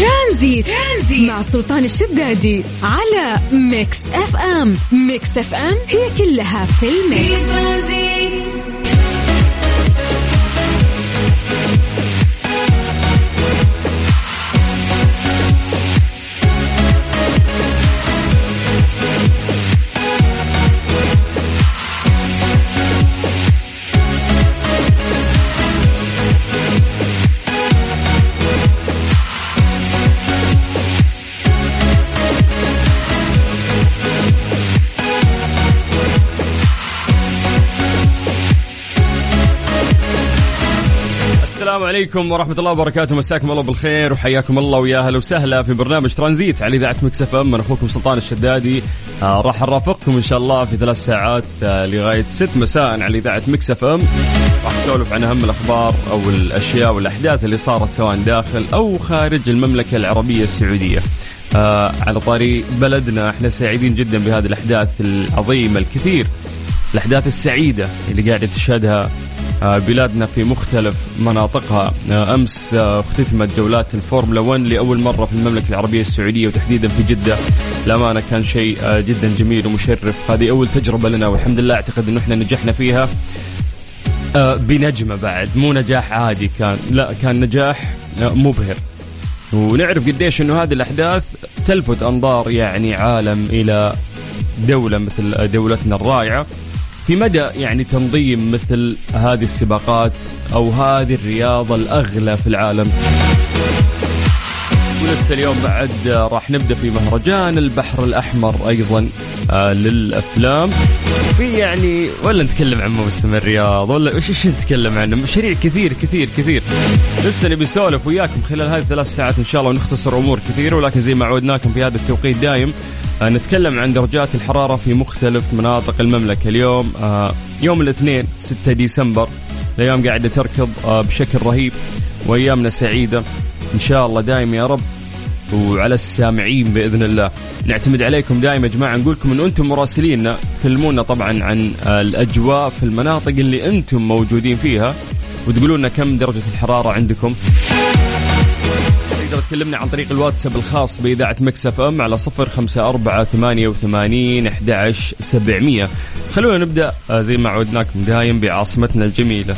ترانزيت مع سلطان الشدادي على ميكس اف ام. ميكس اف ام هي كلها في الميكس. السلام عليكم ورحمة الله وبركاته. مساكم الله بالخير وحياكم الله ويا هلا وسهلا في برنامج ترانزيت على إذاعة ميكس اف ام. من أخوكم سلطان الشدادي راح نرافقكم إن شاء الله في 3 ساعات لغاية 6 مساء على إذاعة ميكس اف ام. راح نسولف عن أهم الأخبار أو الأشياء والأحداث اللي صارت سواء داخل أو خارج المملكة العربية السعودية. على طريق بلدنا احنا سعيدين جدا بهذه الأحداث العظيمة الكثير، الأحداث السعيدة اللي قاعدة تشهدها بلادنا في مختلف مناطقها. أمس اختتمت جولات الفورمولا 1 لأول مرة في المملكة العربية السعودية وتحديدا في جدة. للأمانة كان شيء جدا جميل ومشرف. هذه أول تجربة لنا والحمد لله. أعتقد أنه احنا نجحنا فيها بنجمة، بعد مو نجاح عادي كان، لا كان نجاح مبهر. ونعرف قديش أنه هذه الأحداث تلفت أنظار يعني عالم إلى دولة مثل دولتنا الرائعة في مدى يعني تنظيم مثل هذه السباقات أو هذه الرياضة الأغلى في العالم. ولسه اليوم بعد راح نبدأ في مهرجان البحر الأحمر أيضا للأفلام. في يعني ولا نتكلم عن موسم الرياض ولا إيش نتكلم عنه؟ مشاريع كثير كثير كثير. لسه نبي نسولف وياكم خلال هذه 3 ساعات إن شاء الله ونختصر أمور كثيرة، ولكن زي ما عودناكم في هذا التوقيت دايم نتكلم عن درجات الحرارة في مختلف مناطق المملكة. اليوم يوم الاثنين 6 ديسمبر، الأيام قاعدة تركض بشكل رهيب وأيامنا سعيدة إن شاء الله دائم يا رب. وعلى السامعين بإذن الله نعتمد عليكم دائما يا جماعة، نقولكم أن أنتم مراسليننا تكلمونا طبعا عن الأجواء في المناطق اللي أنتم موجودين فيها وتقولون كم درجة الحرارة عندكم. تقدر تكلمنا عن طريق الواتساب الخاص بإذاعة ميكس اف ام على 0548811700. خلونا نبدأ زي ما عودناكم دايم بعاصمتنا الجميلة،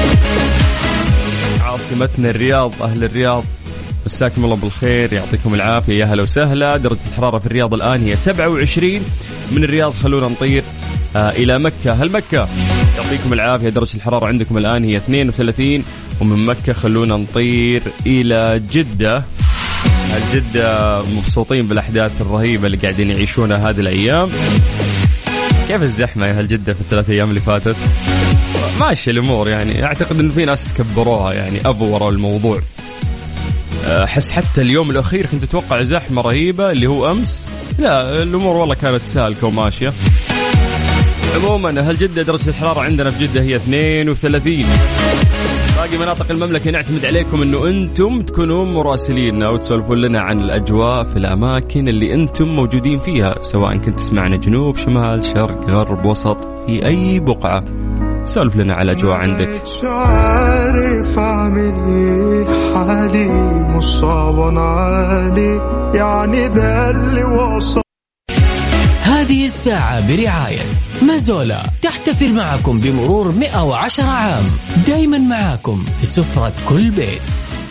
عاصمتنا الرياض. أهل الرياض مساكم الله بالخير، يعطيكم العافية، يا هلا وسهلا. درجة الحرارة في الرياض الآن هي 27. من الرياض خلونا نطير إلى مكة. هل مكة يعطيكم العافية، درجة الحرارة عندكم الآن هي 32. ومن مكة خلونا نطير إلى جدة. جدة مبسوطين بالأحداث الرهيبة اللي قاعدين يعيشونها هذه الأيام. كيف الزحمة يا هل جدة في ال3 أيام اللي فاتت؟ ماشي الأمور يعني. أعتقد أن في ناس كبروها يعني أفوروا الموضوع. أحس حتى اليوم الأخير كنت أتوقع زحمة رهيبة اللي هو أمس، لا الأمور والله كانت سالكة وماشية. عموما هل جدة درجة الحرارة عندنا في جدة هي 32. باقي مناطق المملكة نعتمد عليكم أنه أنتم تكونوا مراسلين أو تسولفون لنا عن الأجواء في الأماكن اللي أنتم موجودين فيها، سواء كنت تسمعنا جنوب شمال شرق غرب وسط، في أي بقعة سولف لنا على الأجواء عندك. عارف أعمل إيه، حالي مصاب عالي يعني ده اللي وصل. هذه الساعة برعاية مازولا، تحتفل معكم بمرور 110 عام، دايما معاكم في سفرة كل بيت.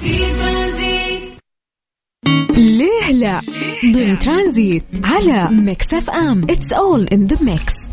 ليه لا ضمن ترانزيت على ميكس اف ام. It's all in the mix.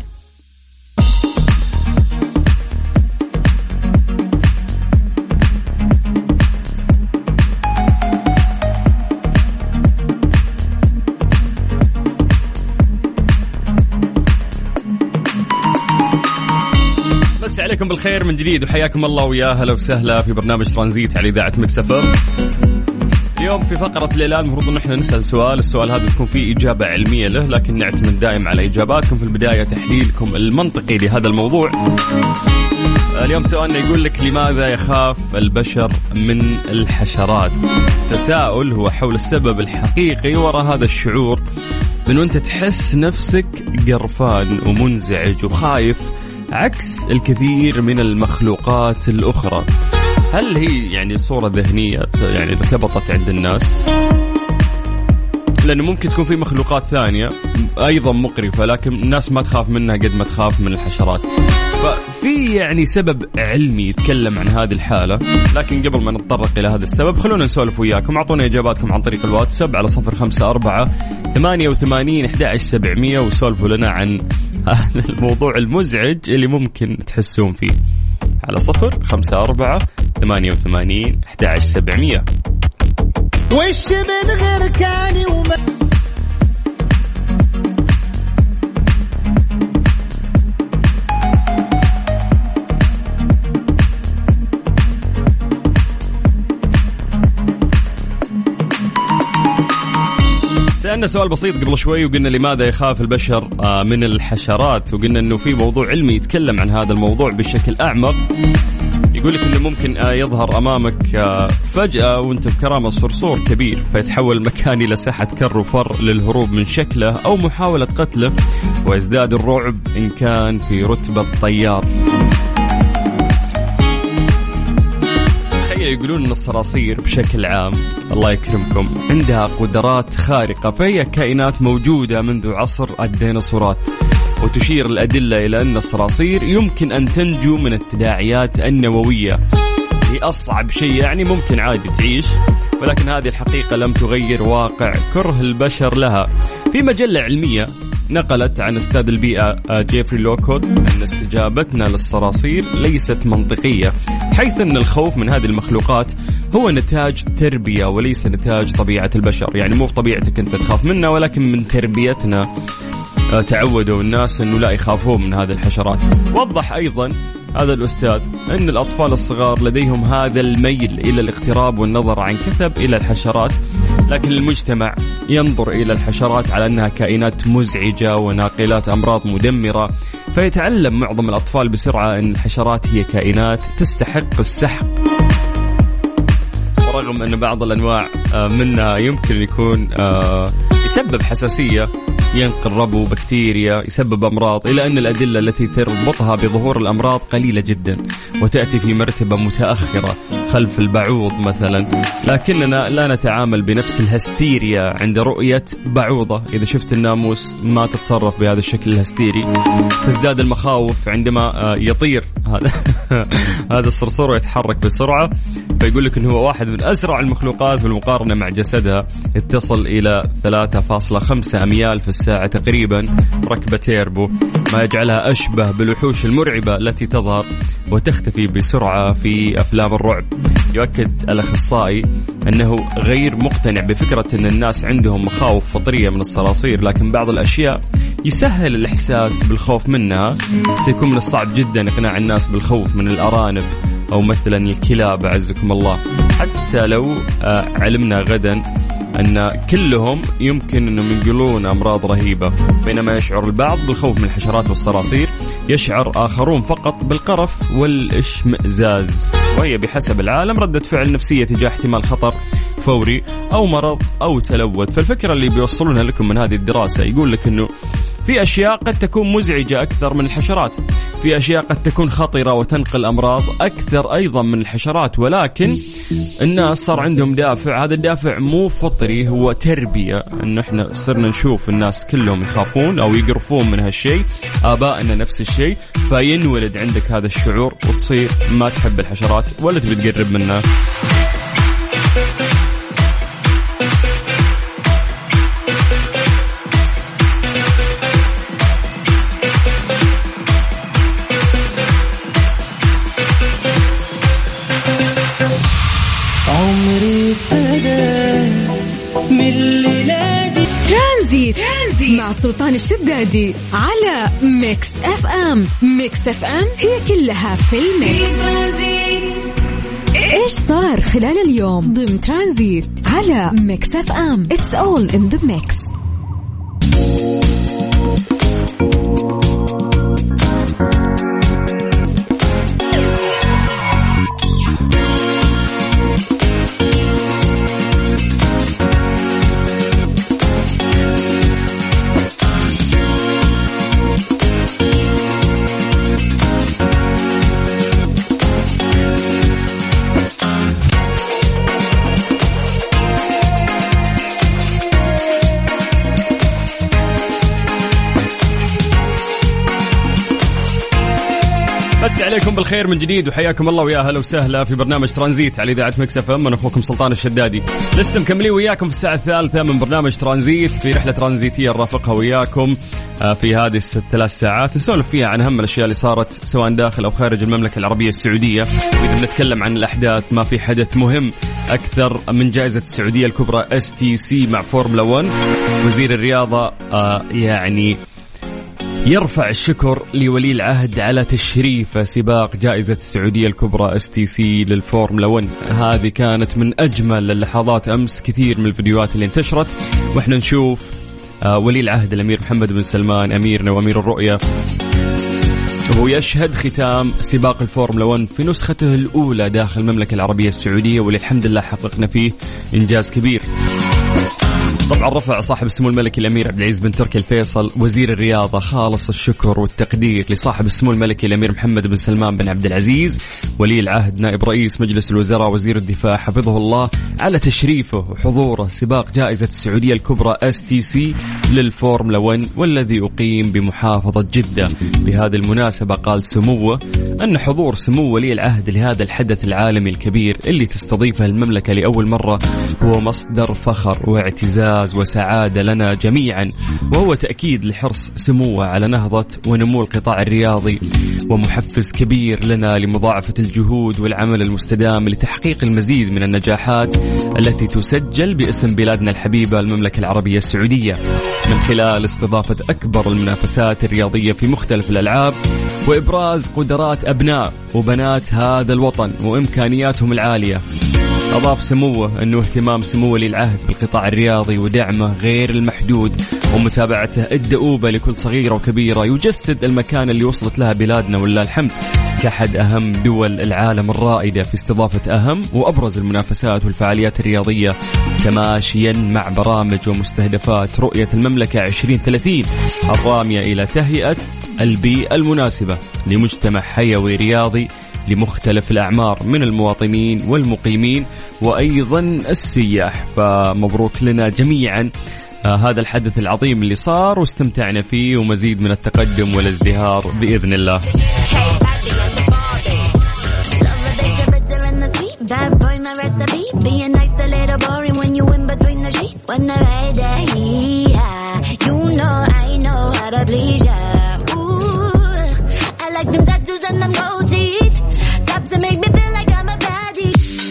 عليكم بالخير من جديد وحياكم الله ويا هلا وسهلا في برنامج ترانزيت على إذاعة ميكس اف ام. اليوم في فقرة الإعلان المفروض أن احنا نسأل سؤال، السؤال هذا يكون فيه إجابة علمية له، لكن نعتمد دائم على إجاباتكم في البداية، تحليلكم المنطقي لهذا الموضوع. اليوم سؤالنا يقول لك: لماذا يخاف البشر من الحشرات؟ تساؤل هو حول السبب الحقيقي وراء هذا الشعور من وانت تحس نفسك قرفان ومنزعج وخايف عكس الكثير من المخلوقات الأخرى. هل هي يعني صورة ذهنية يعني ارتبطت عند الناس؟ لأنه ممكن تكون في مخلوقات ثانية أيضا مقرفة لكن الناس ما تخاف منها قد ما تخاف من الحشرات. ففي يعني سبب علمي يتكلم عن هذه الحالة، لكن قبل ما نتطرق إلى هذا السبب خلونا نسولف وياكم. أعطونا إجاباتكم عن طريق الواتساب على 0548811700 وسولفوا لنا عن هذا الموضوع المزعج اللي ممكن تحسون فيه على 0548811700. وش من غير كاني سألنا سؤال بسيط قبل شوي وقلنا لماذا يخاف البشر من الحشرات، وقلنا أنه في موضوع علمي يتكلم عن هذا الموضوع بشكل أعمق. يقول لك أنه ممكن يظهر أمامك فجأة وأنت بكرامة صرصور كبير فيتحول المكان إلى ساحة كر وفر للهروب من شكله أو محاولة قتله، ويزداد الرعب إن كان في رتبة طيار. يقولون أن الصراصير بشكل عام الله يكرمكم عندها قدرات خارقة، فهي كائنات موجودة منذ عصر الديناصورات، وتشير الأدلة إلى أن الصراصير يمكن أن تنجو من التداعيات النووية. هي أصعب شيء يعني ممكن عادي تعيش، ولكن هذه الحقيقة لم تغير واقع كره البشر لها. في مجلة علمية نقلت عن أستاذ البيئة جيفري لوكوت أن استجابتنا للصراصير ليست منطقية، حيث أن الخوف من هذه المخلوقات هو نتاج تربية وليس نتاج طبيعة البشر. يعني مو طبيعتك أنت تخاف منها، ولكن من تربيتنا تعودوا الناس أنه لا يخافون من هذه الحشرات. وضح أيضا هذا الأستاذ أن الأطفال الصغار لديهم هذا الميل إلى الاقتراب والنظر عن كثب إلى الحشرات، لكن المجتمع ينظر إلى الحشرات على أنها كائنات مزعجة وناقلات أمراض مدمرة، فيتعلم معظم الأطفال بسرعة أن الحشرات هي كائنات تستحق السحق. ورغم أن بعض الأنواع منها يمكن يكون يسبب حساسية، ينقل ربو، بكتيريا، يسبب أمراض، إلى أن الأدلة التي تربطها بظهور الأمراض قليلة جدا وتأتي في مرتبة متأخرة خلف البعوض مثلا. لكننا لا نتعامل بنفس الهستيريا عند رؤية بعوضة. إذا شفت الناموس ما تتصرف بهذا الشكل الهستيري. تزداد المخاوف عندما يطير هذا الصرصور ويتحرك بسرعة، فيقول لك أنه هو واحد من أسرع المخلوقات بالمقارنة مع جسدها، يتصل إلى 3.5 أميال في الساعة تقريبا، ركبة تيربو، ما يجعلها أشبه بالوحوش المرعبة التي تظهر وتختفي بسرعة في أفلام الرعب. يؤكد الأخصائي أنه غير مقتنع بفكرة أن الناس عندهم مخاوف فطرية من الصراصير، لكن بعض الأشياء يسهل الإحساس بالخوف منها. سيكون من الصعب جدا إقناع الناس بالخوف من الأرانب أو مثلا الكلاب أعزكم الله، حتى لو علمنا غدا أن كلهم يمكن أنهم ينقلون أمراض رهيبة. بينما يشعر البعض بالخوف من الحشرات والصراصير، يشعر آخرون فقط بالقرف والاشمئزاز، وهي بحسب العالم ردة فعل نفسية تجاه احتمال خطر فوري أو مرض أو تلوث. فالفكرة اللي بيوصلونها لكم من هذه الدراسة يقول لك أنه في أشياء قد تكون مزعجة أكثر من الحشرات، في أشياء قد تكون خطرة وتنقل أمراض أكثر أيضا من الحشرات، ولكن الناس صار عندهم دافع. هذا الدافع مو فطري، هو تربية، أنه إحنا صرنا نشوف الناس كلهم يخافون أو يقرفون من هالشيء، آبائنا نفس الشيء، فينولد عندك هذا الشعور وتصير ما تحب الحشرات ولا تبي تقرب منها. مع سلطان الشدادي على ميكس اف ام. ميكس اف ام هي كلها في الميكس. ايش صار خلال اليوم ضمن ترانزيت على ميكس اف ام. It's all in the mix. مسي عليكم بالخير من جديد وحياكم الله ويا هلا وسهلا في برنامج ترانزيت على إذاعة ميكس اف ام. أنا أخوكم سلطان الشدادي، لسه مكملين وياكم في الساعة الثالثة من برنامج ترانزيت في رحلة ترانزيتية نرافقها وياكم في هذه الثلاث ساعات نسولف فيها عن أهم الأشياء اللي صارت سواء داخل أو خارج المملكة العربية السعودية. وإذا بنتكلم عن الأحداث ما في حدث مهم أكثر من جائزة السعودية الكبرى STC مع فورمولا 1. وزير الرياضة يعني يرفع الشكر لولي العهد على تشريف سباق جائزة السعودية الكبرى STC للفورمولا 1. هذه كانت من أجمل اللحظات أمس، كثير من الفيديوهات اللي انتشرت وإحنا نشوف ولي العهد الأمير محمد بن سلمان أميرنا وأمير الرؤية وهو يشهد ختام سباق الفورمولا 1 في نسخته الأولى داخل المملكة العربية السعودية، والحمد لله حققنا فيه إنجاز كبير. طبعا رفع صاحب السمو الملكي الأمير عبد العزيز بن تركي الفيصل وزير الرياضة خالص الشكر والتقدير لصاحب السمو الملكي الأمير محمد بن سلمان بن عبد العزيز ولي العهد نائب رئيس مجلس الوزراء وزير الدفاع حفظه الله على تشريفه وحضوره سباق جائزة السعودية الكبرى STC للفورمولا 1 والذي أقيم بمحافظة جدة. بهذه المناسبة قال سموه أن حضور سمو ولي العهد لهذا الحدث العالمي الكبير اللي تستضيفه المملكة لأول مرة هو مصدر فخر واعتزاز وسعادة لنا جميعا، وهو تأكيد لحرص سموه على نهضة ونمو القطاع الرياضي ومحفز كبير لنا لمضاعفة الجهود والعمل المستدام لتحقيق المزيد من النجاحات التي تسجل باسم بلادنا الحبيبة المملكة العربية السعودية من خلال استضافة أكبر المنافسات الرياضية في مختلف الألعاب وإبراز قدرات أبناء وبنات هذا الوطن وإمكانياتهم العالية. أضاف سموه أنه اهتمام سمو ولي العهد بالقطاع الرياضي ودعمه غير المحدود ومتابعته الدؤوبة لكل صغيرة وكبيرة يجسد المكان اللي وصلت لها بلادنا ولله الحمد كأحد أهم دول العالم الرائدة في استضافة أهم وأبرز المنافسات والفعاليات الرياضية تماشيا مع برامج ومستهدفات رؤية المملكة 2030 الرامية إلى تهيئة البيئة المناسبة لمجتمع حيوي رياضي لمختلف الأعمار من المواطنين والمقيمين وأيضا السياح. فمبروك لنا جميعا هذا الحدث العظيم اللي صار واستمتعنا فيه ومزيد من التقدم والازدهار بإذن الله. That boy my recipe being nice a little boring when you in between the sheets when the red